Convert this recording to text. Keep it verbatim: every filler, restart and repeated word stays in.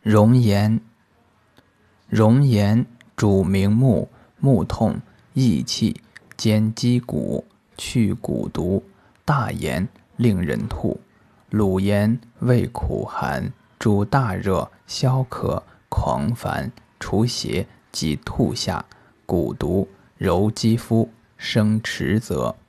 熔岩。熔岩主明目、目痛、益气，兼击骨，去蛊毒，大炎，令人吐。卤盐味苦寒，主大热、消渴、狂烦、除邪及吐下，蛊毒，柔肌肤，生迟泽。